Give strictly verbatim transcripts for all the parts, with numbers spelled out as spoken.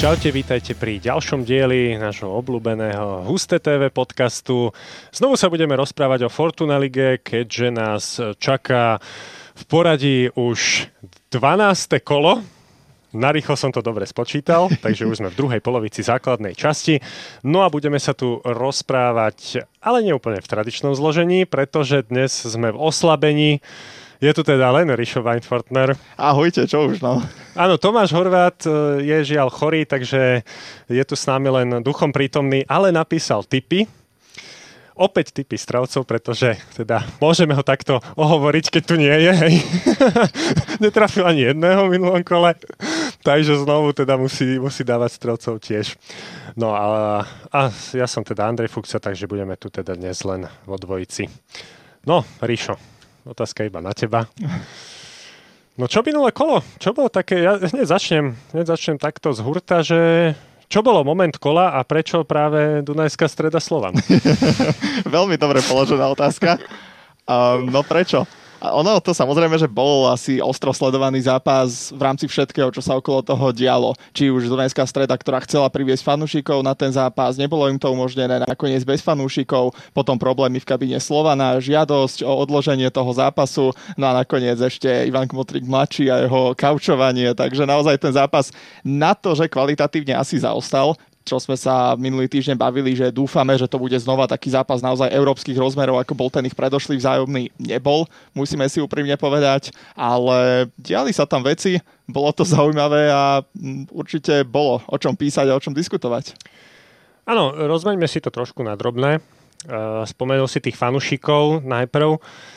Čaute, vítajte pri ďalšom dieli nášho obľúbeného Husté té vé podcastu. Znovu sa budeme rozprávať o Fortuna lige, keďže nás čaká v poradí už dvanáste kolo. Narýchlo som to dobre spočítal, takže už sme v druhej polovici základnej časti. No a budeme sa tu rozprávať, ale nie úplne v tradičnom zložení, pretože dnes sme v oslabení. Je tu teda len Rišo Weinfortner. Ahojte, čo už no? Áno, Tomáš Horvát je žiaľ chorý, takže je tu s nami len duchom prítomný, ale napísal tipy. Opäť tipy Stravcov, pretože teda môžeme ho takto ohovoriť, keď tu nie je. Hej. Netrafil ani jedného v minulom kole, takže znovu teda musí, musí dávať Stravcov tiež. No a, a ja som teda Andrej Fuksa, takže budeme tu teda dnes len vo dvojici. No, Rišo. Otázka iba na teba. No čo minulé kolo? Čo bolo také? Ja hneď začnem, hneď začnem takto z hurta, že čo bolo moment kola a prečo práve Dunajská Streda Slovan? Veľmi dobre položená otázka. Um, no prečo? A ono to samozrejme, že bol asi ostro sledovaný zápas v rámci všetkého, čo sa okolo toho dialo. Či už Dunajská Streda, ktorá chcela priviesť fanúšikov na ten zápas, nebolo im to umožnené, nakoniec bez fanúšikov, potom problémy v kabíne Slovana, žiadosť o odloženie toho zápasu, no a nakoniec ešte Ivan Kmotrík mladší a jeho kaučovanie, takže naozaj ten zápas na to, že kvalitatívne asi zaostal, čo sme sa minulý týždeň bavili, že dúfame, že to bude znova taký zápas naozaj európskych rozmerov, ako bol ten ich predošlý vzájomný, nebol, musíme si úprimne povedať, ale diali sa tam veci, bolo to zaujímavé a určite bolo o čom písať a o čom diskutovať. Áno, rozmeňme si to trošku na drobné. Spomenul si tých fanúšikov najprv.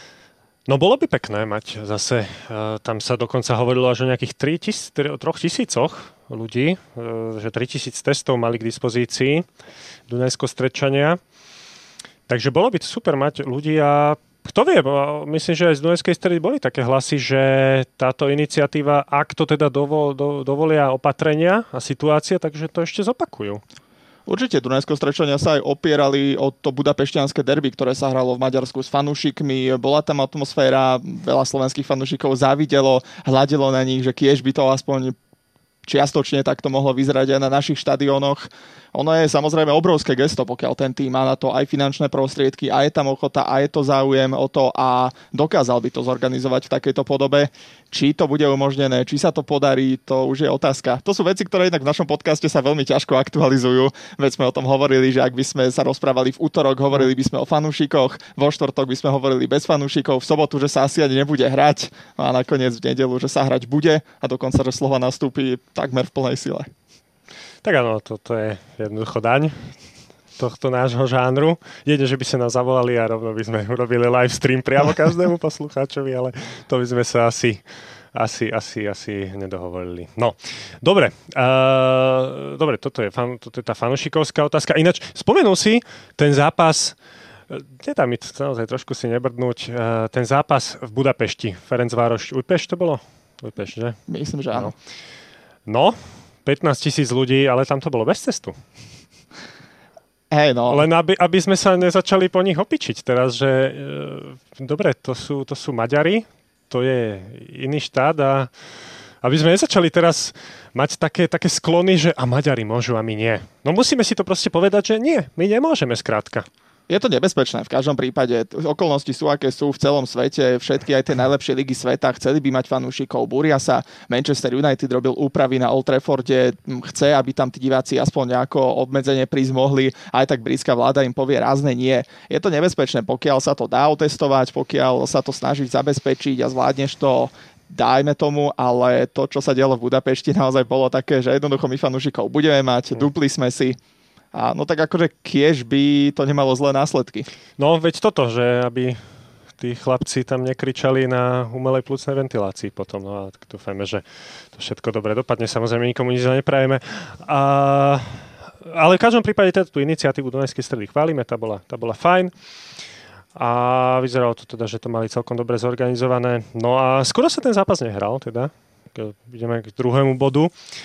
No bolo by pekné mať zase, tam sa dokonca hovorilo až o nejakých troch tisícoch ľudí, že tritisíc testov mali k dispozícii Dunajsko-Stredčania. Takže bolo by to super mať ľudí a kto vie, myslím, že aj z Dunajskej Stredy boli také hlasy, že táto iniciatíva, ak to teda dovol, do, dovolia opatrenia a situácia, takže to ešte zopakujú. Určite Dunajsko-Strečania sa aj opierali o to budapešťanské derby, ktoré sa hralo v Maďarsku s fanúšikmi. Bola tam atmosféra, veľa slovenských fanúšikov závidelo, hľadelo na nich, že kiež by to aspoň čiastočne takto mohlo vyzerať aj na našich štadiónoch. Ono je samozrejme obrovské gesto, pokiaľ ten tým má na to aj finančné prostriedky, a je tam ochota, a je to záujem o to a dokázal by to zorganizovať v takejto podobe. Či to bude umožnené, či sa to podarí, to už je otázka. To sú veci, ktoré inak v našom podcaste sa veľmi ťažko aktualizujú. Veď sme o tom hovorili, že ak by sme sa rozprávali v útorok, hovorili by sme o fanúšikoch, vo štvrtok by sme hovorili bez fanúšikov, v sobotu, že sa asi ani nebude hrať, a nakoniec v nedeľu, že sa hrať bude, a dokonca, že Slovan nastúpi takmer v plnej sile. Tak áno, toto je jednoducho daň tohto nášho žánru. Jedne, že by sa nás zavolali a rovno by sme urobili live stream priamo každému poslucháčovi, ale to by sme sa asi, asi, asi, asi nedohovorili. No, dobre. Uh, dobre, toto je, fan, toto je tá fanúšikovská otázka. Ináč, spomenul si ten zápas, nedá mi to naozaj trošku si nebrdnúť, uh, ten zápas v Budapešti. Ferencvároš, Újpešť to bolo? Újpešť, že? Myslím, že áno. No, pätnásť tisíc ľudí, ale tam to bolo bez cestu. Hej, no. Len aby, aby sme sa nezačali po nich opičiť teraz, že e, dobre, to sú, to sú Maďari, to je iný štát a aby sme nezačali teraz mať také, také sklony, že a Maďari môžu a my nie. No musíme si to proste povedať, že nie, my nemôžeme skrátka. Je to nebezpečné v každom prípade. Okolnosti sú, aké sú v celom svete. Všetky aj tie najlepšie ligy sveta chceli by mať fanúšikov. Búria sa. Manchester United robil úpravy na Old Trafforde. Chce, aby tam tí diváci aspoň nejako obmedzenie prísť mohli. Aj tak britská vláda im povie rázne nie. Je to nebezpečné, pokiaľ sa to dá otestovať, pokiaľ sa to snažiť zabezpečiť a zvládneš to, dajme tomu, ale to, čo sa dialo v Budapešti, naozaj bolo také, že jednoducho my fanúšikov budeme mať, dupli sme si. A no tak akože kiež by to nemalo zlé následky. No veď toto, že aby tí chlapci tam nekričali na umelej plúcnej ventilácii potom. No a tak dúfajme, že to všetko dobre dopadne. Samozrejme nikomu nič neprajeme. A, ale v každom prípade tú iniciatívu Dunajskej Stredy chválime, tá bola, tá bola fajn. A vyzeralo to teda, že to mali celkom dobre zorganizované. No a skoro sa ten zápas nehral, teda. Ideme k druhému bodu.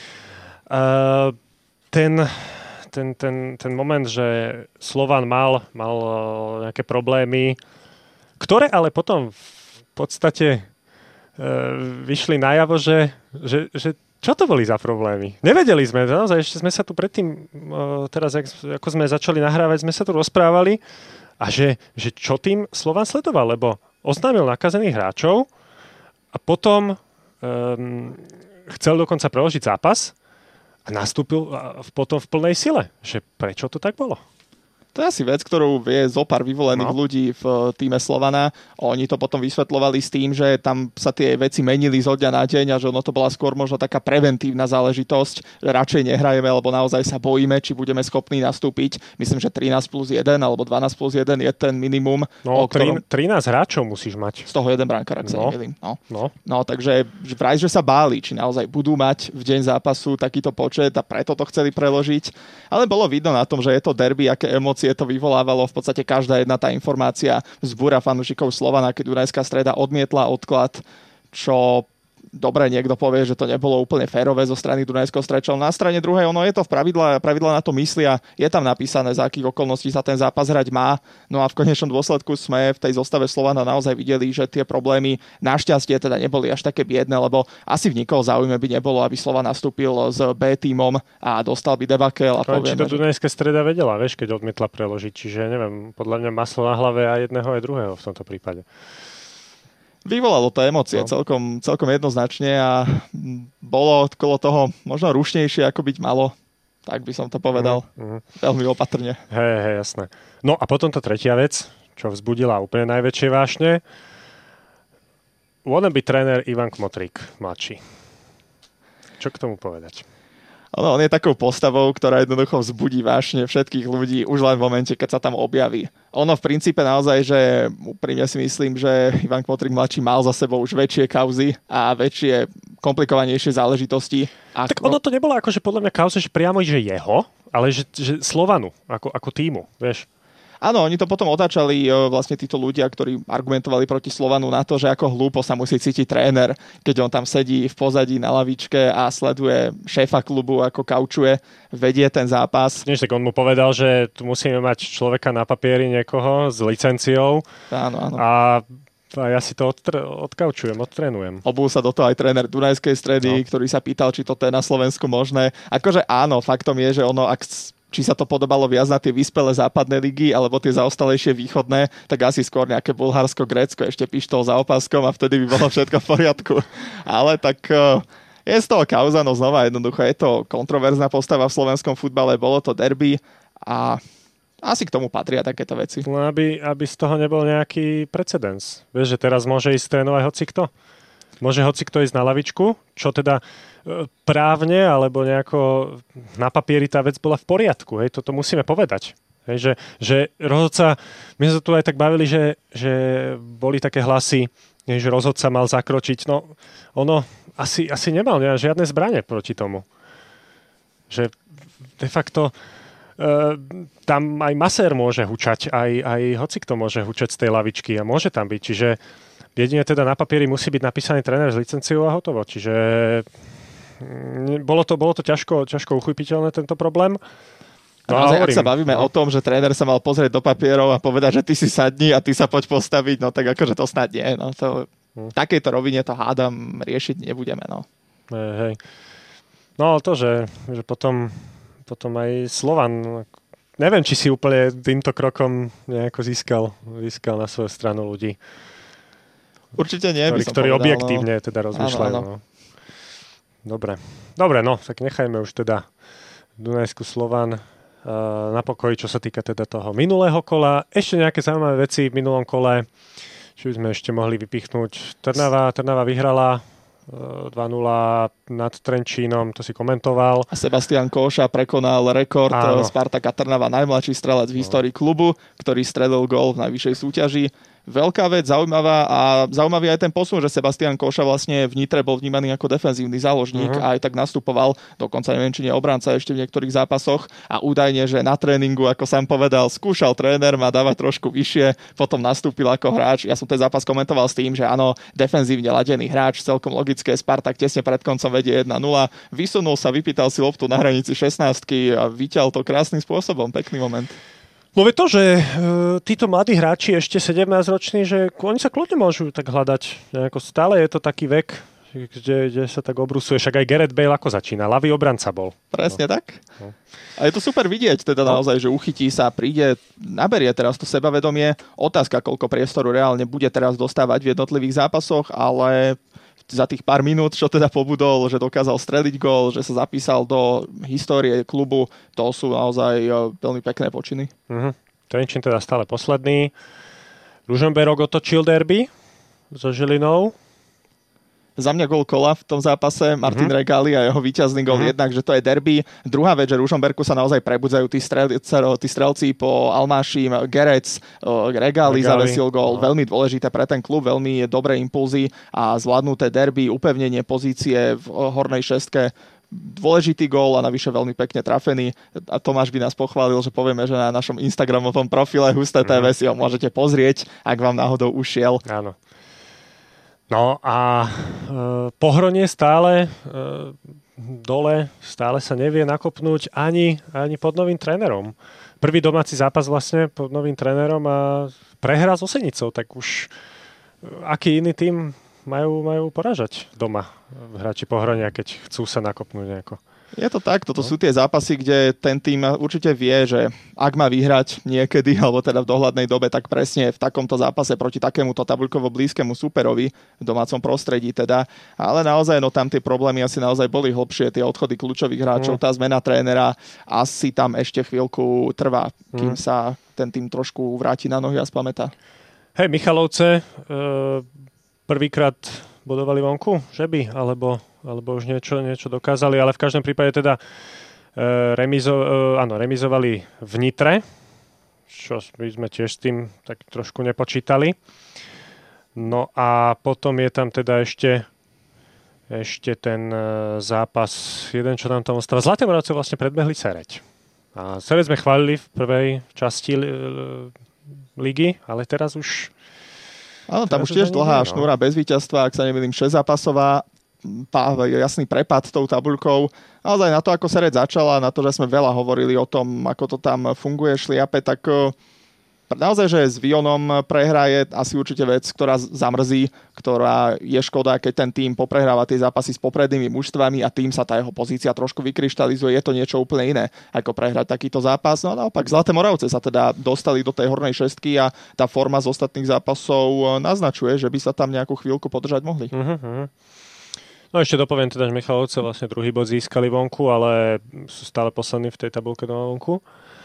Uh, ten... Ten, ten, ten moment, že Slovan mal, mal nejaké problémy, ktoré ale potom v podstate e, vyšli najavo, že, že, že Čo to boli za problémy? Nevedeli sme, naozaj, ešte sme sa tu predtým, teraz ako sme začali nahrávať, sme sa tu rozprávali a že, že čo tým Slovan sledoval, lebo oznámil nakazených hráčov a potom um, chcel dokonca preložiť zápas a nastúpil potom v plnej sile. Že prečo to tak bolo? To je asi vec, ktorú vie zo pár vyvolených no. ľudí v týme Slovana. Oni to potom vysvetľovali s tým, že tam sa tie veci menili zo dňa na deň a že ono to bola skôr možno taká preventívna záležitosť, že radšej nehrajeme, lebo naozaj sa bojíme, či budeme schopní nastúpiť. Myslím, že trinásť plus jeden alebo dvanásť plus jeden je ten minimum. No, o ktorom... trinásť hráčov musíš mať. Z toho jeden brankár, ak sa no. nemýlim. No. No. no, takže vraj, že sa báli, či naozaj budú mať v deň zápasu takýto počet a preto to chceli preložiť. Ale bolo vidno na tom, že je to derby, aké emócie to vyvolávalo. V podstate každá jedna tá informácia vzbúra fanúšikov Slovana, keď Dunajská Streda odmietla odklad, čo dobre, niekto povie, že to nebolo úplne férové zo strany Dunajského Strečov. Na strane druhej, ono je to v pravidle, pravidla na to myslia, je tam napísané, za akých okolností sa ten zápas hrať má. No a v konečnom dôsledku sme v tej zostave Slovana naozaj videli, že tie problémy našťastie teda neboli až také biedne, lebo asi v nikoho záujme by nebolo, aby Slovan nastúpil s B tímom a dostal by debakel. A to, povieme, či to Dunajská Streda vedela, vieš, keď odmietla preložiť. Čiže neviem, podľa mňa maslo na hlave a jedného aj druhého v tomto prípade. Vyvolalo to emócie no. celkom, celkom jednoznačne a bolo okolo toho možno rušnejšie, ako byť malo. Tak by som to povedal. Mm, mm. Veľmi opatrne. Hej, hej, jasné. No a potom tá tretia vec, čo vzbudila úplne najväčšie vášne. Wannabe tréner Ivan Kmotrík, mladší. Čo k tomu povedať? Ono, on je takou postavou, ktorá jednoducho vzbudí vášne všetkých ľudí už len v momente, keď sa tam objaví. Ono v princípe naozaj, že úprimne si myslím, že Ivan Kmotrík mladší mal za sebou už väčšie kauzy a väčšie, komplikovanejšie záležitosti. Ako... Tak ono to nebolo akože podľa mňa kauza, že priamo že jeho, ale že, že Slovanu, ako, ako tímu, vieš. Áno, oni to potom otáčali vlastne títo ľudia, ktorí argumentovali proti Slovanu na to, že ako hlúpo sa musí cítiť tréner, keď on tam sedí v pozadí na lavičke a sleduje šéfa klubu, ako kaučuje, vedie ten zápas. Nie, tak on mu povedal, že tu musíme mať človeka na papieri, niekoho s licenciou. Áno, áno. A a ja si to odtr- odkaučujem, odtrénujem. Obul sa do toho aj tréner Dunajskej Stredy, no. ktorý sa pýtal, či toto je na Slovensku možné. Akože áno, faktom je, že ono, ak či sa to podobalo viac na tie vyspelé západné ligy alebo tie zaostalejšie východné, tak asi skôr nejaké Bulharsko, Grécko, ešte pištol za opaskom a vtedy by bolo všetko v poriadku. Ale tak je z toho kauza, no znova jednoducho, je to kontroverzná postava v slovenskom futbale, bolo to derby a asi k tomu patria takéto veci. No aby, aby z toho nebol nejaký precedens. Vieš, že teraz môže ísť trénovať hocikto? Môže hocikto ísť na lavičku, čo teda právne alebo nejako na papieri tá vec bola v poriadku. Hej, toto musíme povedať. Hej, že, že rozhodca, my sme sa tu aj tak bavili, že, že boli také hlasy, že rozhodca mal zakročiť. No, ono asi, asi nemal žiadne zbrane proti tomu. Že de facto Uh, tam aj masér môže hučať, aj, aj hocikto môže hučať z tej lavičky a môže tam byť. Čiže jedine teda na papieri musí byť napísaný tréner s licenciou a hotovo. Čiže bolo to, bolo to ťažko, ťažko uchypiteľné tento problém. No, ale ak sa bavíme no. o tom, že tréner sa mal pozrieť do papierov a povedať, že ty si sadni a ty sa poď postaviť, no tak akože to snad nie. No, to, hm. V takejto rovine to hádam riešiť nebudeme. No, hej, hej. No to, že, že potom... Potom aj Slovan, neviem, či si úplne týmto krokom nejako získal, získal na svoju stranu ľudí. Určite nie, ktorí, by som ktorí povedal, objektívne no. teda rozmýšľajú. Áno, áno. No. Dobre. Dobre, no, tak nechajme už teda Dunajskú Slovan uh, na pokoji, čo sa týka teda toho minulého kola. Ešte nejaké zaujímavé veci v minulom kole, či by sme ešte mohli vypichnúť. Trnava, Trnava vyhrala dva nula nad Trenčínom, to si komentoval. A Sebastian Kóša prekonal rekord Áno. Spartaka Trnava, najmladší strelec v histórii klubu, ktorý strelil gól v najvyššej súťaži. Veľká vec, zaujímavá a zaujímavý aj ten posun, že Sebastian Kóša vlastne v Nitre bol vnímaný ako defenzívny záložník uh-huh. a aj tak nastupoval, dokonca neviem, či nie obranca ešte v niektorých zápasoch a údajne, že na tréningu, ako sám povedal, skúšal tréner ma dávať trošku vyššie, potom nastúpil ako hráč. Ja som ten zápas komentoval s tým, že áno, defenzívne ladený hráč, celkom logické, Spartak tesne pred koncom vedie jedna nula, vysunul sa, vypýtal si loptu na hranici šestnástky a vyťal to krásnym spôsobom, pekný moment. No je to, že e, títo mladí hráči, ešte sedemnásťroční, že oni sa kľudne môžu tak hľadať. Nejako stále je to taký vek, kde, kde sa tak obrusuje. Však aj Gareth Bale ako začína. Ľavý obranca bol. Presne no. tak. No. A je to super vidieť, teda no. naozaj, že uchytí sa, príde, naberie teraz to sebavedomie. Otázka, koľko priestoru reálne bude teraz dostávať v jednotlivých zápasoch, ale za tých pár minút, čo teda pobudol, že dokázal streliť gól, že sa zapísal do histórie klubu, to sú naozaj veľmi pekné počiny. Mhm. Trenčín teda stále posledný. Ružomberok otočil derby so Žilinou. Za mňa gól kola v tom zápase, Martin mm-hmm. Regali a jeho víťazný gól mm-hmm. jednak, že to je derby. Druhá vec, že Ružomberku sa naozaj prebudzajú tí, strel, tí strelci po Almáši, Gerec, Regali, Regali zavesil gól. No. Veľmi dôležité pre ten klub, veľmi dobré impulzy a zvládnuté derby, upevnenie pozície v hornej šestke. Dôležitý gól a navyše veľmi pekne trafený. A Tomáš by nás pochválil, že povieme, že na našom Instagramovom profile Husté té vé si ho môžete pozrieť, ak vám náhodou ušiel. Áno. No a e, Pohronie stále e, dole, stále sa nevie nakopnúť ani, ani pod novým trénerom. Prvý domáci zápas vlastne pod novým trénerom a prehra s Osenicou, tak už e, aký iný tým majú, majú porážať doma hráči Pohronia, keď chcú sa nakopnúť nejako. Je to tak, toto no. sú tie zápasy, kde ten tým určite vie, že ak má vyhrať niekedy, alebo teda v dohľadnej dobe, tak presne v takomto zápase proti takémuto tabuľkovo blízkemu superovi v domácom prostredí teda. Ale naozaj, no tam tie problémy asi naozaj boli hlbšie, tie odchody kľúčových hráčov, mm. tá zmena trénera asi tam ešte chvíľku trvá, kým mm. sa ten tým trošku vráti na nohy a spamätá. Hej, Michalovce, e- prvýkrát bodovali vonku, že by? Alebo, alebo už niečo, niečo dokázali, ale v každom prípade teda e, remizo, e, áno, remizovali v Nitre, čo my sme tiež s tým tak trošku nepočítali. No a potom je tam teda ešte ešte ten e, zápas, jeden, čo nám tam ostáva. Zlaté Moravce vlastne predbehli Sereď. A Sereď sme chválili v prvej časti e, ligy, ale teraz už Áno, tam už tiež dlhá no. šnúra bez víťazstva, ak sa nemýlim, šesťzápasová, jasný prepad tou tabuľkou. Naozaj na to, ako Sereď začala, na to, že sme veľa hovorili o tom, ako to tam funguje, šliape, tak naozaj, že s Vionom prehra je asi určite vec, ktorá zamrzí, ktorá je škoda, keď ten tým poprehráva tie zápasy s poprednými mužstvami a tým sa tá jeho pozícia trošku vykryštalizuje. Je to niečo úplne iné, ako prehrať takýto zápas. No a naopak Zlaté Moravce sa teda dostali do tej hornej šestky a tá forma z ostatných zápasov naznačuje, že by sa tam nejakú chvíľku podržať mohli. Uh-huh. No ešte dopoviem teda, že Michalovce vlastne druhý bod získali vonku, ale sú stále poslední v tej tabuľke doma vonku.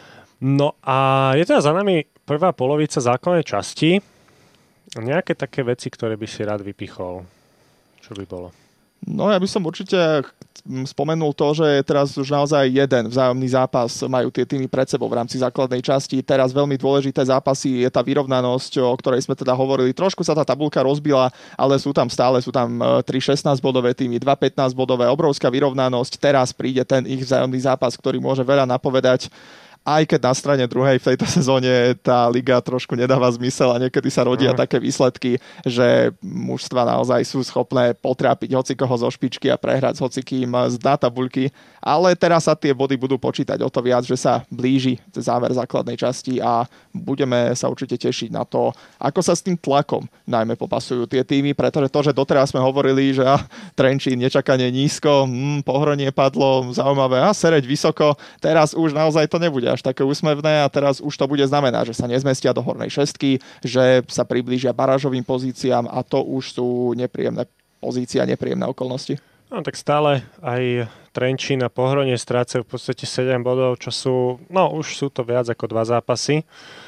No a je teda za nami prvá polovica základnej časti. Nejaké také veci, ktoré by si rád vypichol. Čo by bolo? No ja by som určite spomenul to, že teraz už naozaj jeden vzájomný zápas majú tie týmy pred sebou v rámci základnej časti. Teraz veľmi dôležité zápasy je tá vyrovnanosť, o ktorej sme teda hovorili. Trošku sa tá tabuľka rozbila, ale sú tam stále, sú tam tri šestnásťbodové týmy, dva pätnásťbodové, obrovská vyrovnanosť. Teraz príde ten ich vzájomný zápas, ktorý môže veľa napovedať. Aj keď na strane druhej v tejto sezóne tá liga trošku nedáva zmysel a niekedy sa rodia mm. také výsledky, že mužstva naozaj sú schopné potrápiť hocikoho zo špičky a prehrať s hocikým z dna tabuľky. Ale teraz sa tie body budú počítať o to viac, že sa blíži záver základnej časti a budeme sa určite tešiť na to, ako sa s tým tlakom najmä popasujú tie týmy, pretože to, že doteraz sme hovorili, že ah, Trenčín nečakane nízko, hm, Pohronie padlo, zaujímavé, a Sereď vysoko, teraz už naozaj to nebude až také úsmevné a teraz už to bude znamenať, že sa nezmestia do hornej šestky, že sa priblížia barážovým pozíciám a to už sú nepríjemné pozície a nepríjemné okolnosti. No tak stále aj Trenčín a Pohronie strácajú v podstate sedem bodov, čo sú, no už sú to viac ako dva zápasy.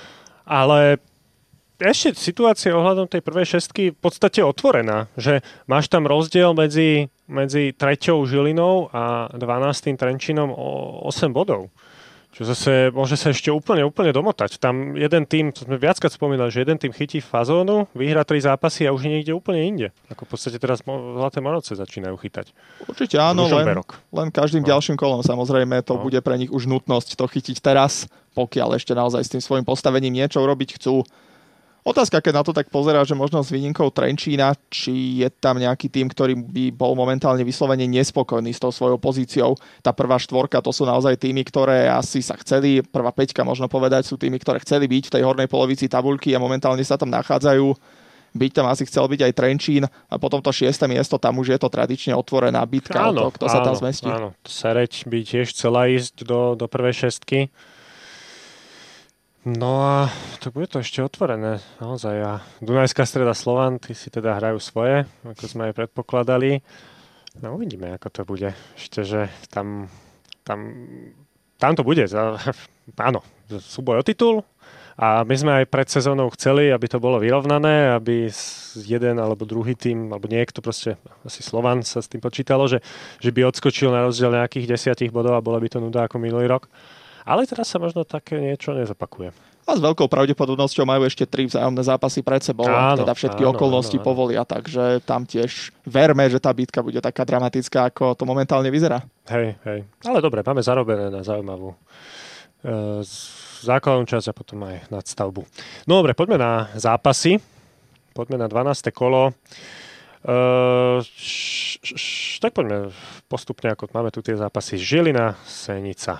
Ale ešte situácia ohľadom tej prvej šestky v podstate otvorená, že máš tam rozdiel medzi, medzi treťou Žilinou a dvanástym Trenčínom o osem bodov. Čo zase môže sa ešte úplne, úplne domotať. Tam jeden tým, to sme viackrát spomínali, že jeden tým chytí fazónu, vyhrá tri zápasy a už je niekde úplne inde. Ako v podstate teraz Zlaté Moravce začínajú chytať. Určite áno, len, len každým no. ďalším kolom samozrejme to no. bude pre nich už nutnosť to chytiť teraz, pokiaľ ešte naozaj s tým svojím postavením niečo urobiť chcú. Otázka, keď na to tak pozerá, že možno s výnimkou Trenčína, či je tam nejaký tým, ktorý by bol momentálne vyslovene nespokojný s tou svojou pozíciou. Tá prvá štvorka, to sú naozaj týmy, ktoré asi sa chceli, prvá päťka možno povedať, sú týmy, ktoré chceli byť v tej hornej polovici tabuľky a momentálne sa tam nachádzajú. byť tam asi chcel byť aj Trenčín a potom to šieste miesto, tam už je to tradične otvorená bitka áno, o to, kto áno, sa tam zmestí. Áno, Sereď by tiež chcela ísť do, do prvej šestky. No a to bude to ešte otvorené, naozaj. A Dunajská Streda Slovan, tí si teda hrajú svoje, ako sme aj predpokladali. No uvidíme, ako to bude. Ešte, že tam, tam, tam to bude. Áno, súboj o titul. A my sme aj pred sezónou chceli, aby to bolo vyrovnané, aby jeden alebo druhý tým, alebo niekto proste, asi Slovan sa s tým počítalo, že, že by odskočil na rozdiel nejakých desiatich bodov a bola by to nuda ako minulý rok. Ale teraz sa možno také niečo nezopakuje. A s veľkou pravdepodobnosťou majú ešte tri vzájomné zápasy pred sebou. Áno, teda všetky áno, okolnosti áno, áno. povolia, takže tam tiež verme, že tá bitka bude taká dramatická, ako to momentálne vyzerá. Hej, hej. Ale dobre, máme zarobené na zaujímavú uh, základnú časť a potom aj nadstavbu. No dobre, poďme na zápasy. Poďme na dvanáste kolo. Uh, š, š, š, tak poďme postupne, ako máme tu tie zápasy. Žilina, Senica.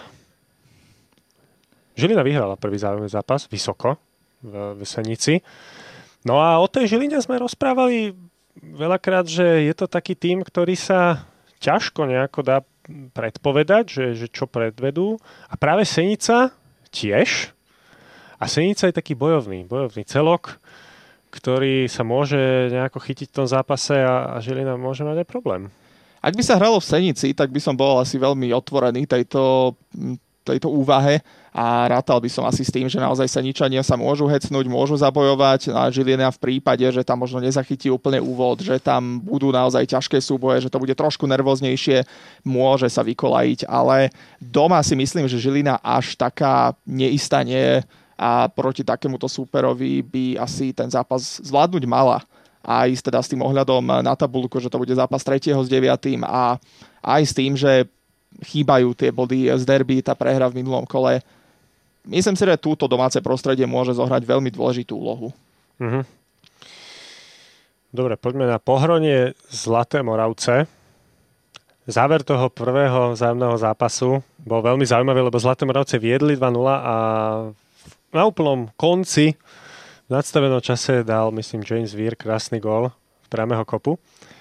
Žilina vyhrala prvý zájomný zápas vysoko v, v Senici. No a o tej Žiline sme rozprávali veľakrát, že je to taký tím, ktorý sa ťažko nejako dá predpovedať, že, že čo predvedú. A práve Senica tiež. A Senica je taký bojovný, bojovný celok, ktorý sa môže nejako chytiť v tom zápase a, a Žilina môže mať aj problém. Ak by sa hralo v Senici, tak by som bol asi veľmi otvorený tejto, tejto úvahe a rátal by som asi s tým, že naozaj Seničania sa môžu hecnúť, môžu zabojovať a Žilina v prípade, že tam možno nezachytí úplne úvod, že tam budú naozaj ťažké súboje, že to bude trošku nervóznejšie, môže sa vykolajiť, ale doma si myslím, že Žilina až taká neistá nie je a proti takémuto súperovi by asi ten zápas zvládnuť mala. A ísť teda s tým ohľadom na tabuľku, že to bude zápas tretieho s deviatým a aj s tým, že chýbajú tie body z derby, tá prehra v minulom kole. Myslím si, že túto domáce prostredie môže zohrať veľmi dôležitú úlohu. Mhm. Dobre, poďme na Pohronie Zlaté Moravce. Záver toho prvého vzájomného zápasu bol veľmi zaujímavý, lebo Zlaté Moravce viedli dva nula a na úplnom konci v nadstavenom čase dal, myslím, James Weir krásny gól z priameho kopu.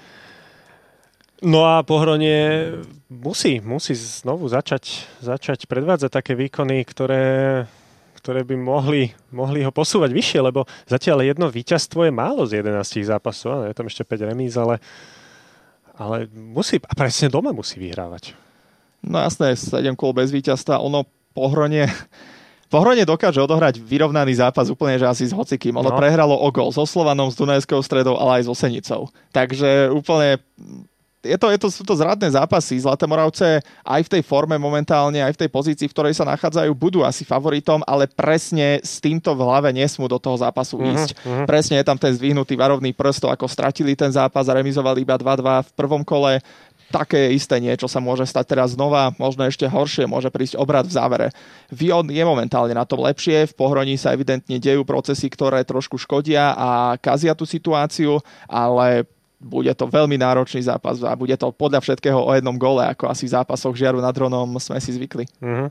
No a Pohronie musí, musí znovu začať, začať predvádzať také výkony, ktoré, ktoré by mohli, mohli ho posúvať vyššie, lebo zatiaľ jedno víťazstvo je málo z jedenástich zápasov, je tam ešte päť remíz, ale, ale musí, a presne doma musí vyhrávať. No jasné, sedem kôl bez víťazstva, ono Pohronie... Pohronie dokáže odohrať vyrovnaný zápas úplne, že asi s hocikým. Ono no. prehralo o gól so Slovanom, s Dunajskou Stredou, ale aj so Senicou. Takže úplne... Je to, je to, sú to zradné zápasy. Zlaté Moravce aj v tej forme momentálne, aj v tej pozícii, v ktorej sa nachádzajú, budú asi favoritom, ale presne s týmto v hlave nesmú do toho zápasu mm-hmm, ísť. Mm-hmm. Presne je tam ten zdvihnutý varovný prst, ako stratili ten zápas a remizovali iba dva dva v prvom kole. Také isté niečo sa môže stať teraz znova, možno ešte horšie, môže prísť obrat v závere. Vion je momentálne na tom lepšie, v Pohroní sa evidentne dejú procesy, ktoré trošku škodia a kazia tú situáciu, ale bude to veľmi náročný zápas a bude to podľa všetkého o jednom gole, ako asi v zápasoch Žiaru nad Hronom sme si zvykli. Mm-hmm.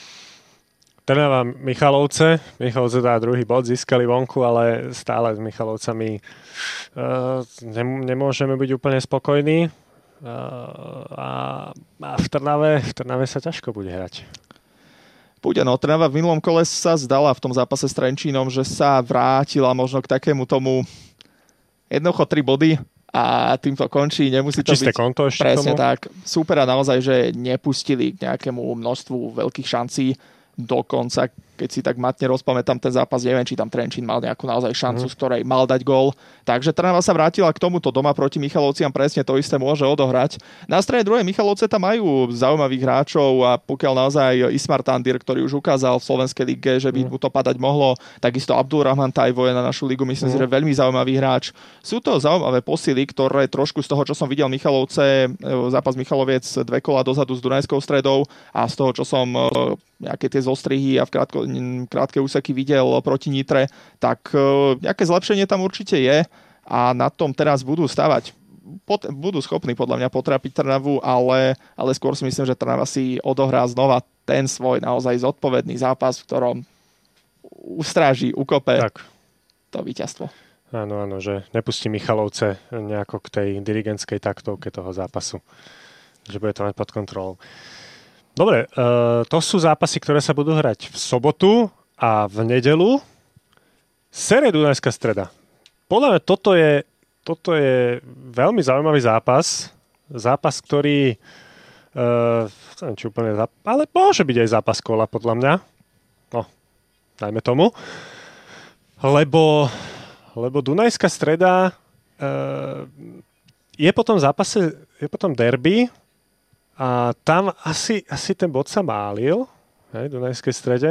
Trnava Michalovce. Michalovce dá druhý bod, získali vonku, ale stále s Michalovcami uh, nem- nemôžeme byť úplne spokojní. Uh, a, a v Trnave, v Trnave sa ťažko bude hrať. Bude, no Trnava v minulom kole sa zdala v tom zápase s Trenčínom, že sa vrátila možno k takému tomu jednoducho tri body a tým to končí. Nemusí to čisté byť konto ešte presne tomu? tak. Súpera naozaj, že nepustili k nejakému množstvu veľkých šancí. Dokonca, keď si tak matne rozpamätám ten zápas, neviem, či tam Trenčín mal nejakú naozaj šancu, mm. z ktorej mal dať gól. Takže Trnava sa vrátila k tomuto doma proti Michalovciam, presne to isté môže odohrať. Na strane druhej Michalovce tam majú zaujímavých hráčov a pokiaľ naozaj Ismar Tandir, ktorý už ukázal v slovenskej lige, že by mm. mu to padať mohlo, takisto Abdulrahman Tajvo je na našu ligu, myslím mm. si, že veľmi zaujímavý hráč. Sú to zaujímavé posily, ktoré trošku z toho, čo som videl Michalovce, zápas Michaloviec dve kola dozadu s Dunajskou Stredou a z toho, čo som nejaké tie zostrihy a v krátko, krátke úseky videl proti Nitre, tak nejaké zlepšenie tam určite je a na tom teraz budú stavať. Pot, budú schopní podľa mňa potrapiť Trnavu, ale, ale skôr si myslím, že Trnava si odohrá znova ten svoj naozaj zodpovedný zápas, v ktorom ustráži, ukope tak to víťazstvo. Áno, áno, že nepustí Michalovce nejako k tej dirigentskej taktovke toho zápasu. Že bude to mať pod kontrolou. Dobre, uh, to sú zápasy, ktoré sa budú hrať v sobotu a v nedelu. Série Dunajská Streda. Podľa mňa toto je, toto je veľmi zaujímavý zápas. Zápas, ktorý uh, neviem, či úplne záp- ale môže byť aj zápas kola, podľa mňa. No, dajme tomu. Lebo, lebo Dunajská Streda uh, je po tom zápase, je po tom derby a tam asi, asi ten bod sa málil, hej, Dunajskej Strede.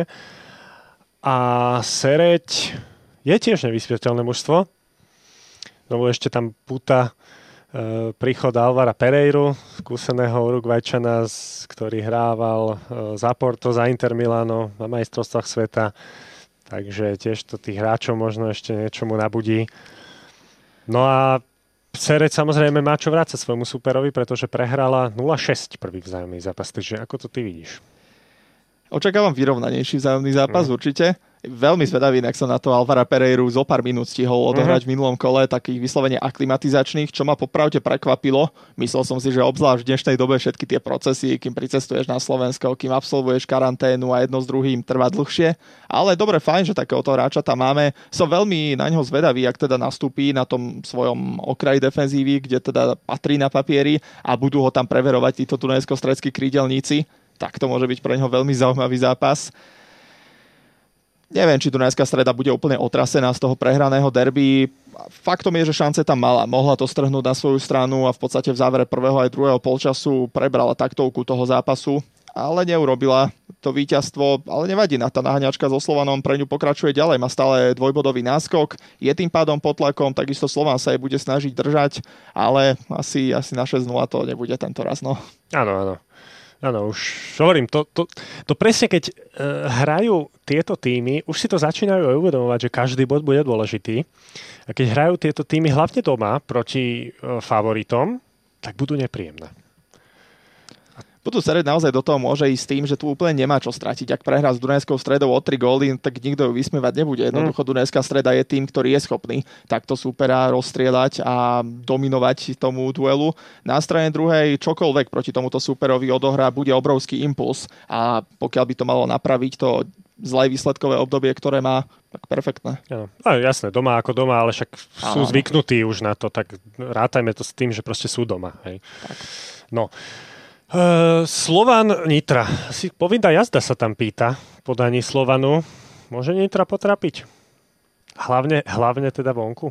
A Sereď je tiež nevyspytateľné mužstvo. No ešte tam púta príchod Alvara Pereiru, skúseného Uruguajčana, ktorý hrával za Porto, za Inter Milano na majstrovstvách sveta. Takže tiež to tých hráčov možno ešte niečomu nabudí. No a Sereď samozrejme má čo vrácať svojmu superovi, pretože prehrala nula šesť prvý vzájomný zápas. Takže ako to ty vidíš? Očakávam vyrovnanejší vzájomný zápas, mm. určite. Veľmi zvedavý, ak sa na to Alvara Pereiru zo pár minút stihol odohrať mm-hmm. v minulom kole, takých vyslovene aklimatizačných, čo ma popravde prekvapilo. Myslel som si, že obzvlášť v dnešnej dobe všetky tie procesy, kým pricestuješ na Slovensko, kým absolvuješ karanténu a jedno s druhým trvá dlhšie. Ale dobre, fajn, že takéhoto hráča tam máme. Som veľmi na ňo zvedavý, ak teda nastúpi na tom svojom okraji defenzívy, kde teda patrí na papieri a budú ho tam preverovať títo dunajsko-stredskí krídelníci. Tak to môže byť pre neho veľmi zaujímavý zápas. Neviem, či Dunajská Streda bude úplne otrasená z toho prehraného derby. Faktom je, že šance tam mala. Mohla to strhnúť na svoju stranu a v podstate v závere prvého aj druhého polčasu prebrala taktovku toho zápasu, ale neurobila to víťazstvo. Ale nevadí, na tá naháňačka so Slovanom pre ňu pokračuje ďalej. Má stále dvojbodový náskok. Je tým pádom pod tlakom, takisto Slovan sa jej bude snažiť držať, ale asi, asi na šesť nula to nebude tento raz. No. Áno, áno. Áno, už hovorím, to, to, to presne keď uh, hrajú tieto týmy, už si to začínajú aj uvedomovať, že každý bod bude dôležitý. A keď hrajú tieto týmy hlavne doma proti uh, favoritom, tak budú nepríjemné. Budú Sereď naozaj do toho môže ísť s tým, že tu úplne nemá čo stratiť. Ak prehrá s Dunajskou Stredou o tri góly, tak nikto ju vysmievať nebude. Jednoducho Dunajská Streda je tým, ktorý je schopný takto supera rozstrieľať a dominovať tomu duelu. Na strane druhej čokoľvek proti tomuto superovi odohrá, bude obrovský impuls a pokiaľ by to malo napraviť to zlé výsledkové obdobie, ktoré má, tak perfektné. Ja, no, jasné, doma ako doma, ale však sú zvyknutí už na to, tak rátajme to s tým, že proste sú doma. Hej. Tak. No. Uh, Slovan Nitra. Si povinná jazda sa tam pýta podaní Slovanu. Môže Nitra potrapiť? Hlavne, hlavne teda vonku.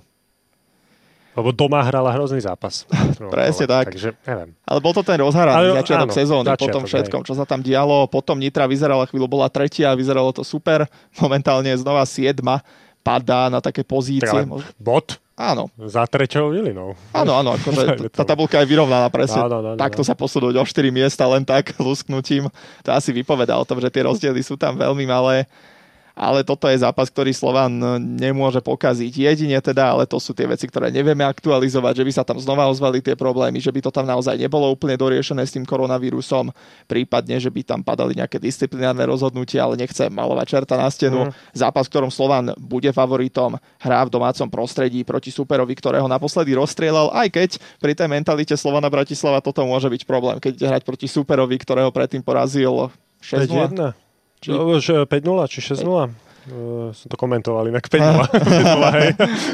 Lebo doma hrala hrozný zápas. Presne tak. Takže neviem. Ale bol to ten rozhraný začiatok sezóny, začiatok, po tom všetkom, čo sa tam dialo. Potom Nitra vyzerala chvíľu, bola tretia, vyzeralo to super. Momentálne je znova siedma. Padá na také pozície. Tak, bod? Áno. Za treťou Vilinou. Áno, áno, akože tá tabulka je vyrovnaná presne. Áno, áno, áno. Takto sa posunúť o štyri miesta len tak lusknutím. To asi vypovedá o tom, že tie rozdiely sú tam veľmi malé. Ale toto je zápas, ktorý Slovan nemôže pokaziť. Jedine teda, ale to sú tie veci, ktoré nevieme aktualizovať, že by sa tam znova ozvali tie problémy, že by to tam naozaj nebolo úplne doriešené s tým koronavírusom, prípadne, že by tam padali nejaké disciplinárne rozhodnutia, ale nechcem malovať čerta na stenu. Mm. Zápas, v ktorom Slovan bude favoritom, hrá v domácom prostredí proti superovi, ktorého naposledy rozstrieľal, aj keď pri tej mentalite Slovana Bratislava toto môže byť problém, keď ide hrať proti superovi, ktorého predtým porazil šesť nula. Už päť nula či šesť nula? Uh, som to komentoval inak päť nula. päť nula hej.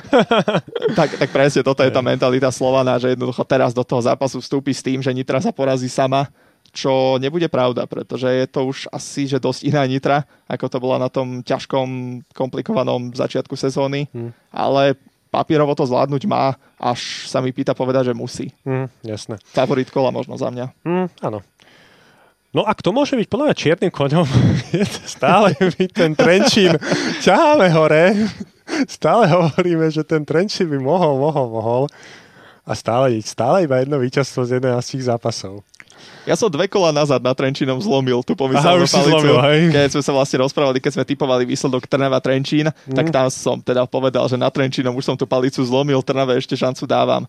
tak, tak presne, toto je tá mentalita Slovana, že jednoducho teraz do toho zápasu vstúpi s tým, že Nitra sa porazí sama, čo nebude pravda, pretože je to už asi že dosť iná Nitra, ako to bola na tom ťažkom, komplikovanom začiatku sezóny. Hmm. Ale papierovo to zvládnuť má, až sa mi pýta povedať, že musí. Hmm, jasné. Favorit kola možno za mňa. Hmm, áno. No a kto môže byť podľa mňa čiernym koňom? Je to stále byť ten Trenčín. Ťaháme hore. Stále hovoríme, že ten Trenčín by mohol, mohol, mohol. A stále, stále iba jedno víťazstvo z jedenástich zápasov. Ja som dve kola nazad na Trenčínom zlomil tú pomyselnú palicu. Keď sme sa vlastne rozprávali, keď sme tipovali výsledok Trnava-Trenčín, mm. tak tam som teda povedal, že na Trenčínom už som tú palicu zlomil, Trnave ešte šancu dávam.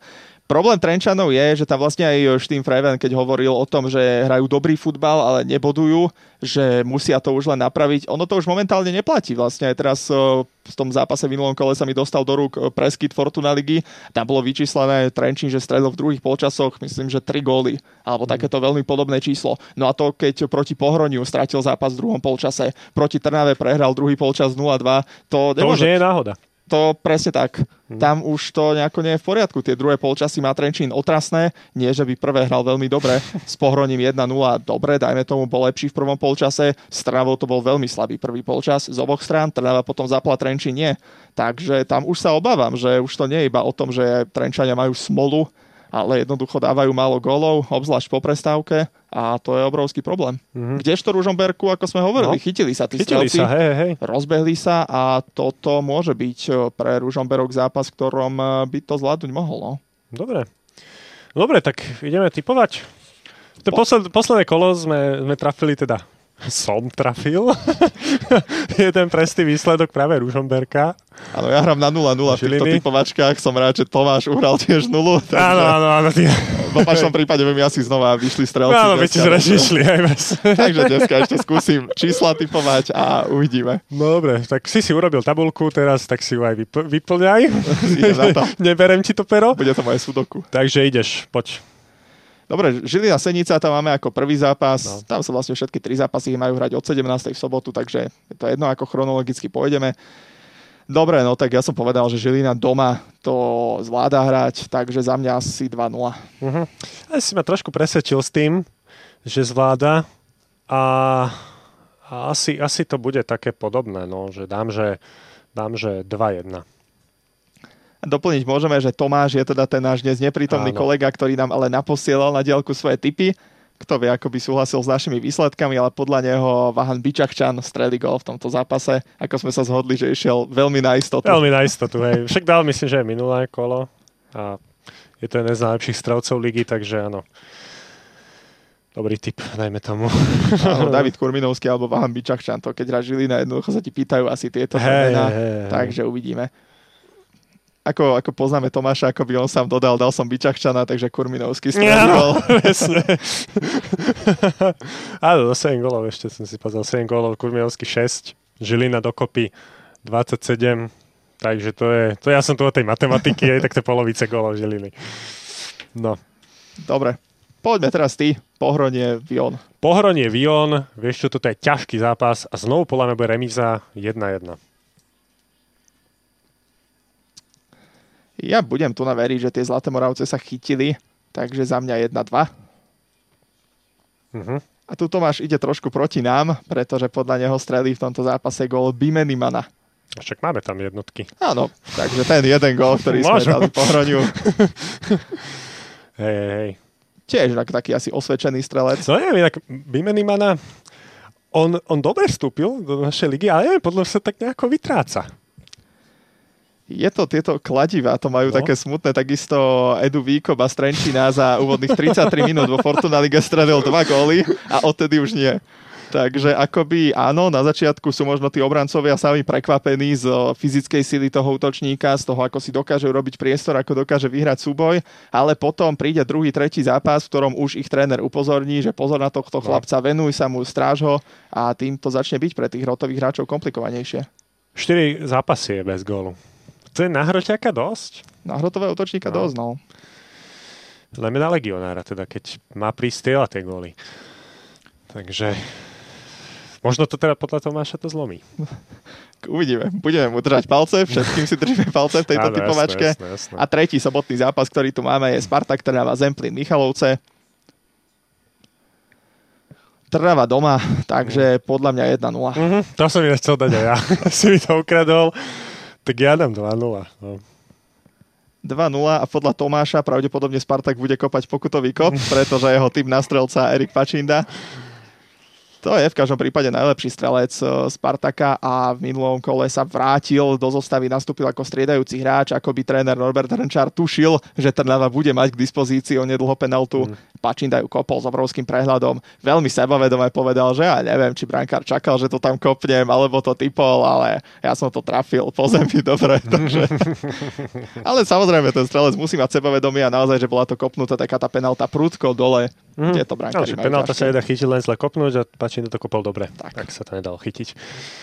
Problém Trenčanov je, že tam vlastne aj Štým Freven, keď hovoril o tom, že hrajú dobrý futbal, ale nebodujú, že musia to už len napraviť. Ono to už momentálne neplatí. Vlastne aj teraz v tom zápase v minulom kole sa mi dostal do rúk preskyd Fortuna ligy. Tam bolo vyčíslené Trenčín, že strelil v druhých polčasoch, myslím, že tri góly. Alebo takéto veľmi podobné číslo. No a to, keď proti Pohroniu stratil zápas v druhom polčase, proti Trnave prehral druhý polčas nula dva, to, to už nie je náhoda. To presne tak. Hmm. Tam už to nejako nie je v poriadku. Tie druhé polčasy má Trenčín otrasné. Nie, že by prvé hral veľmi dobre. S Pohroním jedna nula dobre, dajme tomu, bol lepší v prvom polčase. S Trnavou to bol veľmi slabý prvý polčas z oboch strán. Trnava potom zapla, Trenčín nie. Takže tam už sa obávam, že už to nie je iba o tom, že Trenčania majú smolu, ale jednoducho dávajú málo gólov, obzvlášť po prestávke a to je obrovský problém. Mm-hmm. Kdežto Ružomberku, ako sme hovorili, no, chytili sa tí chytili strelci, sa, hej, hej. rozbehli sa a toto môže byť pre Ružomberok zápas, ktorom by to zvládnuť mohol. No. Dobre. Dobre, tak ideme tipovať. To po... posled, posledné kolo sme, sme trafili teda som trafil. Jeden prestý výsledok práve Ružomberka. Áno, ja hram na nula nula v týchto typovačkách. Som rád, že Tomáš uhral tiež nulu. Takže... Áno, áno, áno. Ty... V opačnom prípade by mi asi znova vyšli strelci. Áno, by ti zrazu išli aj bez. Takže dneska ešte skúsim čísla typovať a uvidíme. No dobre, tak si si urobil tabulku teraz, tak si ju aj vyp- vyplňaj. Idem na to. Neberem ti to pero. Bude to moje sudoku. Takže ideš, poď. Dobre, Žilina Senica tam máme ako prvý zápas. No. Tam sa vlastne všetky tri zápasy majú hrať od sedemnástej v sobotu, takže je to jedno, ako chronologicky pôjdeme. Dobre, no tak ja som povedal, že Žilina doma to zvláda hrať, takže za mňa asi dva nula. Uh-huh. Ja si ma trošku presvedčil s tým, že zvláda a, a asi, asi to bude také podobné, no, že dám, že, dám, že dva jedna. Doplniť môžeme, že Tomáš je teda ten náš dnes neprítomný Áno. kolega, ktorý nám ale naposielal na diaľku svoje tipy. Kto vie, ako by súhlasil s našimi výsledkami, ale podľa neho Vahan Bičakčan strelí gól v tomto zápase. Ako sme sa zhodli, že išiel veľmi na istotu. Veľmi na istotu, hej. Však dal, myslím, že je minulé kolo a je to jeden z najlepších strelcov ligy, takže áno. Dobrý tip, dajme tomu. Áno, David Kurminovský alebo Vahan Bičakčan, to keď hrá Žilina, jednoducho sa ti pýtajú asi tieto hey, mená, hey, hey. takže uvidíme. Ako, ako poznáme Tomáša, ako by on sám dodal, dal som Bičakčana, takže Kurminovský strelil gól. Presne. Áno, do sedem gólov ešte som si pozrel. sedem gólov, Kurminovský šesť, Žilina dokopy dvadsaťsedem, takže to je, to ja som tu o tej matematiky, aj tak to polovice gólov Žiliny. No. Dobre, poďme teraz ty, Pohronie, Vion. Pohronie, Vion, vieš čo, toto je ťažký zápas a znovu podľa mňa bude remíza jedna jedna. Ja budem tu naveriť, že tie Zlaté Moravce sa chytili, takže za mňa jedna dva. Uh-huh. A tu Tomáš ide trošku proti nám, pretože podľa neho strelí v tomto zápase gól Bimenimana. Však máme tam jednotky. Áno, takže ten jeden gól, ktorý sme dali Pohroniu. Hej, hej, hej. Tiež taký asi osvedčený strelec. No neviem, inak Bimenimana, on, on dobre vstúpil do našej ligy, ale neviem, podľa sa tak nejako vytráca. Je to tieto kladivá, to majú no. také smutné, takisto Edu Výkoba z Trenčína za úvodných tridsaťtri minút vo Fortuna lige strelil dva góly a odtedy už nie. Takže akoby áno, na začiatku sú možno tí obrancovia sami prekvapení z fyzickej sily toho útočníka, z toho, ako si dokáže urobiť priestor, ako dokáže vyhrať súboj, ale potom príde druhý, tretí zápas, v ktorom už ich tréner upozorní, že pozor na tohto chlapca, venuj sa mu, stráž ho a tým to začne byť pre tých hrotových hráčov komplikovanejšie. štyri zápasy je bez gólu. To je na hroťaka dosť? Na hrotového útočníka no. dosť, no. Len na legionára, teda, keď má prísť a tie góly. Takže možno to teda podľa Tomáša to zlomí. Uvidíme. Budeme mu držať palce, všetkým si držíme palce v tejto Áno, typovačke. Jasné, jasné, jasné. A tretí sobotný zápas, ktorý tu máme, je Spartak Trnava Zemplín Michalovce. Trnava doma, takže mm. podľa mňa jedna nula. Mm-hmm, to som mi nechcel dať aj ja. Si mi to ukradol. Tak ja dám dva nula. No. dva nula a podľa Tomáša pravdepodobne Spartak bude kopať pokutový kop, pretože jeho tým na strelca Erik Pačinda. To je v každom prípade najlepší strelec Spartaka a v minulom kole sa vrátil do zostavy, nastúpil ako striedajúci hráč, ako by tréner Norbert Hrnčár tušil, že Trnava bude mať k dispozícii onedlho penaltu, mm. Pačinda ju kopol s obrovským prehľadom. Veľmi sebavedome povedal, že ja neviem, či brankár čakal, že to tam kopnem, alebo to typol, ale ja som to trafil po zemi dobre. Takže... ale samozrejme, ten strelec musí mať sebavedomie a naozaj, že bola to kopnutá taká tá penálta prúdko dole, mm. kde to brankári majú penálta ťažké. sa nedá chytiť, len zle kopnúť a Pačinda to kopol dobre. Tak. tak sa to nedalo chytiť.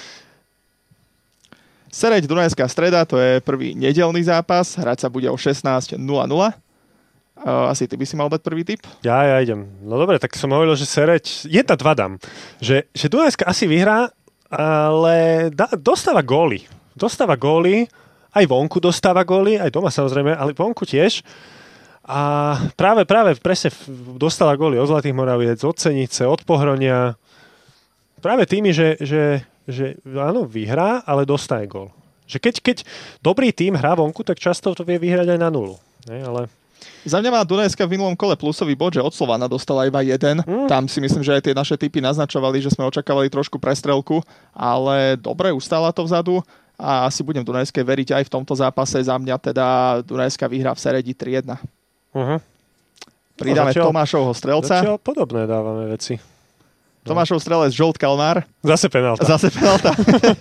Sereď Dunajská Streda, to je prvý nedeľný zápas, hrať sa bude o šestnásť nula nula. Uh, asi ty by si mal dať prvý tip? Ja, ja idem. No dobre, tak som hovoril, že Sereď, jedna dva dám. Že, že Dunajská asi vyhrá, ale dá, dostáva góly. Dostáva góly, aj vonku dostáva góly, aj doma samozrejme, ale vonku tiež. A práve, práve presne dostala góly od Zlatých Moraviec, od Senice, od Pohronia. Práve tými, že, že, že áno, vyhrá, ale dostane gól. Že keď, keď dobrý tím hrá vonku, tak často to vie vyhrať aj na nulu. Ne, ale... Za mňa má Dunajská v minulom kole plusový bod, že od Slovana dostala iba jeden. Mm. Tam si myslím, že aj tie naše tipy naznačovali, že sme očakávali trošku prestrelku, ale dobre, ustála to vzadu a asi budem Dunajskej veriť aj v tomto zápase. Za mňa teda Dunajská vyhrá v Seredi tri jedna. Uh-huh. Pridáme no, Tomášovho strelca. Zatiaľ podobné dávame veci. No. Tomášov strelec Žolt Kalmár. Zase penálta. Zase penálta.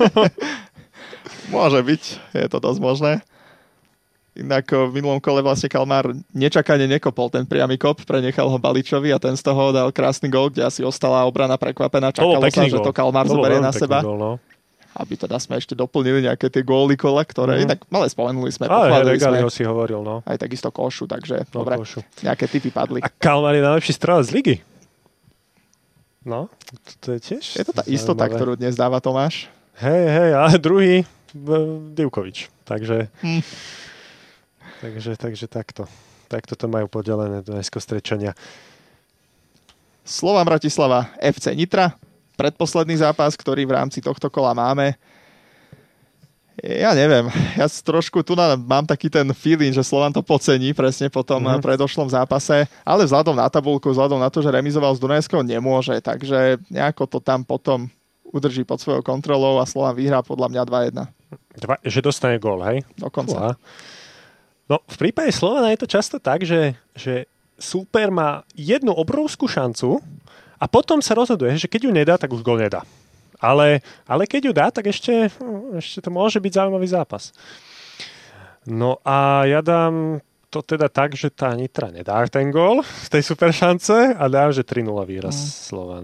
Môže byť, je to dosť možné. Inak v minulom kole vlastne Kalmár nečakane nekopol ten priamy kop, prenechal ho Baličovi a ten z toho dal krásny gól, kde asi ostala obrana prekvapená. Čakalo sa, že to Kalmár zoberie na seba. Gól, no. Aby teda sme ešte doplnili nejaké tie góly kola, ktoré mm. inak malé spomenuli sme, ale pochválili sme. ho si hovoril, no. Aj takisto Košu, takže no, dobre, Košu. Nejaké tipy padli. A Kalmár je najlepší strelec z ligy. No, to je tiež... Je to tá istota, ktorú dnes dáva Tomáš. Hej, hej, ale druhý Divkovič, takže... Hm. Takže, takže takto. Takto to majú podelené Dunajskostrečania. Slovan Bratislava ef cé Nitra. Predposledný zápas, ktorý v rámci tohto kola máme. Ja neviem. Ja trošku tu mám taký ten feeling, že Slovan to podcení presne po tom mm-hmm. predošlom zápase, ale vzhľadom na tabulku, vzhľadom na to, že remizoval s Dunajskou, nemôže. Takže nejako to tam potom udrží pod svojou kontrolou a Slovan vyhrá podľa mňa dva jedna. Dva, že dostane gól, hej? Dokonca. Uha. No, v prípade Slovana je to často tak, že, že súper má jednu obrovskú šancu a potom sa rozhoduje, že keď ju nedá, tak už gól nedá. Ale, ale keď ju dá, tak ešte, ešte to môže byť zaujímavý zápas. No a ja dám to teda tak, že tá Nitra nedá ten gól z tej super šance a dám, že tri nula výraz mm. Slovan.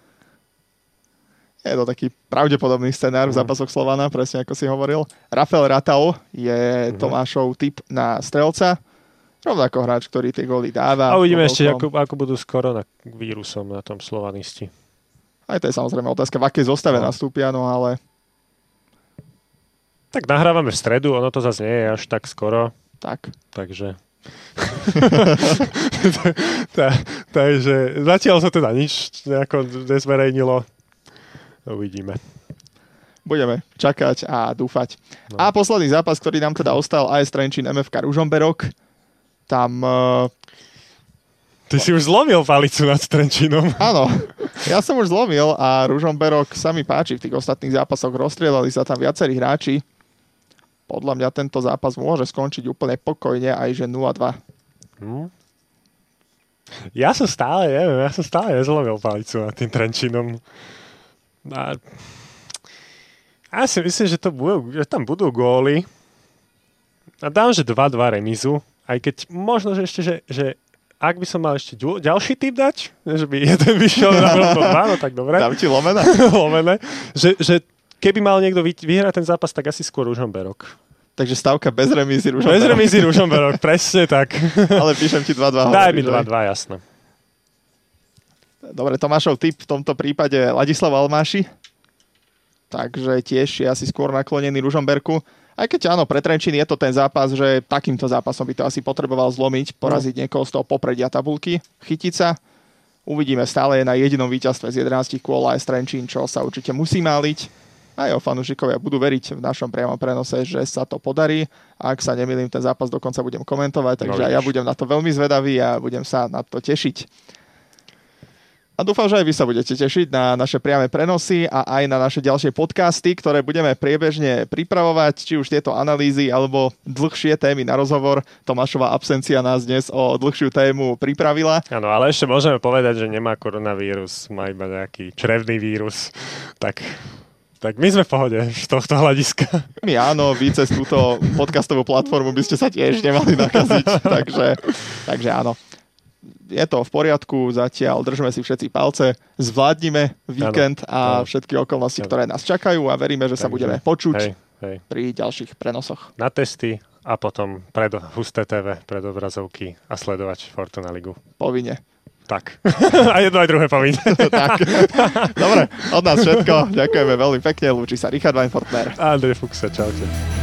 Je to taký pravdepodobný scenár v zápasoch Slovana, presne ako si hovoril. Rafael Ratao je uh-huh. Tomášov tip na strelca. Rovnako hráč, ktorý tie góly dáva. A uvidíme ešte, ako, ako budú s koronavírusom na tom slovanisti. Aj to je samozrejme otázka, v akej zostave no. nastúpia, no ale... Tak nahrávame v stredu, ono to zase nie je až tak skoro. Tak. Takže... Takže zatiaľ sa teda nič nejako nezverejnilo. Uvidíme. Budeme čakať a dúfať. No. A posledný zápas, ktorý nám teda ostal, á es Trenčín em ef ká Ružomberok. Tam... Uh... Ty si už zlomil palicu nad Trenčínom. Áno, ja som už zlomil a Ružomberok sa mi páči v tých ostatných zápasoch. Rozstrielali sa tam viacerí hráči. Podľa mňa tento zápas môže skončiť úplne pokojne, aj že nula dva. Hmm. Ja som stále, neviem, ja som stále nezlomil palicu nad tým Trenčínom. A ja si myslím, že, to budú, že tam budú góly. A dám, že dva dva remizu. Aj keď možno, že ešte, že, že ak by som mal ešte ďalší typ dať, že by jeden vyšiel na rovno dva, no tak dobre. Dám ti lomené. lomené. Že, že keby mal niekto vyhrať ten zápas, tak asi skôr Ružomberok. Takže stavka bez remízy Ružomberok. Bez remízy Ružomberok, presne tak. Ale píšem ti dva dva. Daj mi dva dva, jasné. Dobre, Tomášov tip v tomto prípade Ladislav Almáši. Takže tiež je asi skôr naklonený Ružomberku. Aj keď áno, pre Trenčín je to ten zápas, že takýmto zápasom by to asi potreboval zlomiť, poraziť no. niekoho z toho popredia tabulky, chytiť sa. Uvidíme, stále je na jedinom víťazstve z jedenástich kôl á es Trenčín, čo sa určite musí máliť. Aj o fanúšikovia budú veriť v našom priamom prenose, že sa to podarí. A ak sa nemýlim, ten zápas dokonca budem komentovať, takže no, ja budem na to veľmi zvedavý a budem sa na to tešiť. A dúfam, že aj vy sa budete tešiť na naše priame prenosy a aj na naše ďalšie podcasty, ktoré budeme priebežne pripravovať, či už tieto analýzy alebo dlhšie témy na rozhovor. Tomášova absencia nás dnes o dlhšiu tému pripravila. Áno, ale ešte môžeme povedať, že nemá koronavírus, má iba nejaký črevný vírus. Tak... Tak my sme v pohode z tohto hľadiska. My áno, vy cez túto podcastovú platformu by ste sa tiež nemali nakaziť, takže, takže áno. Je to v poriadku, zatiaľ držme si všetci palce, zvládnime víkend a všetky okolnosti, ktoré nás čakajú a veríme, že sa takže, budeme počuť hej, hej. pri ďalších prenosoch. Na testy a potom pred Husté té vé, pred obrazovky a sledovať Fortuna Ligu. Povinne. Tak. A jedno aj druhé povinne. Tak. Dobre, od nás všetko. Ďakujeme veľmi pekne. Lúči sa Richard Weinfortner. A Andrej Fuchs, čaute.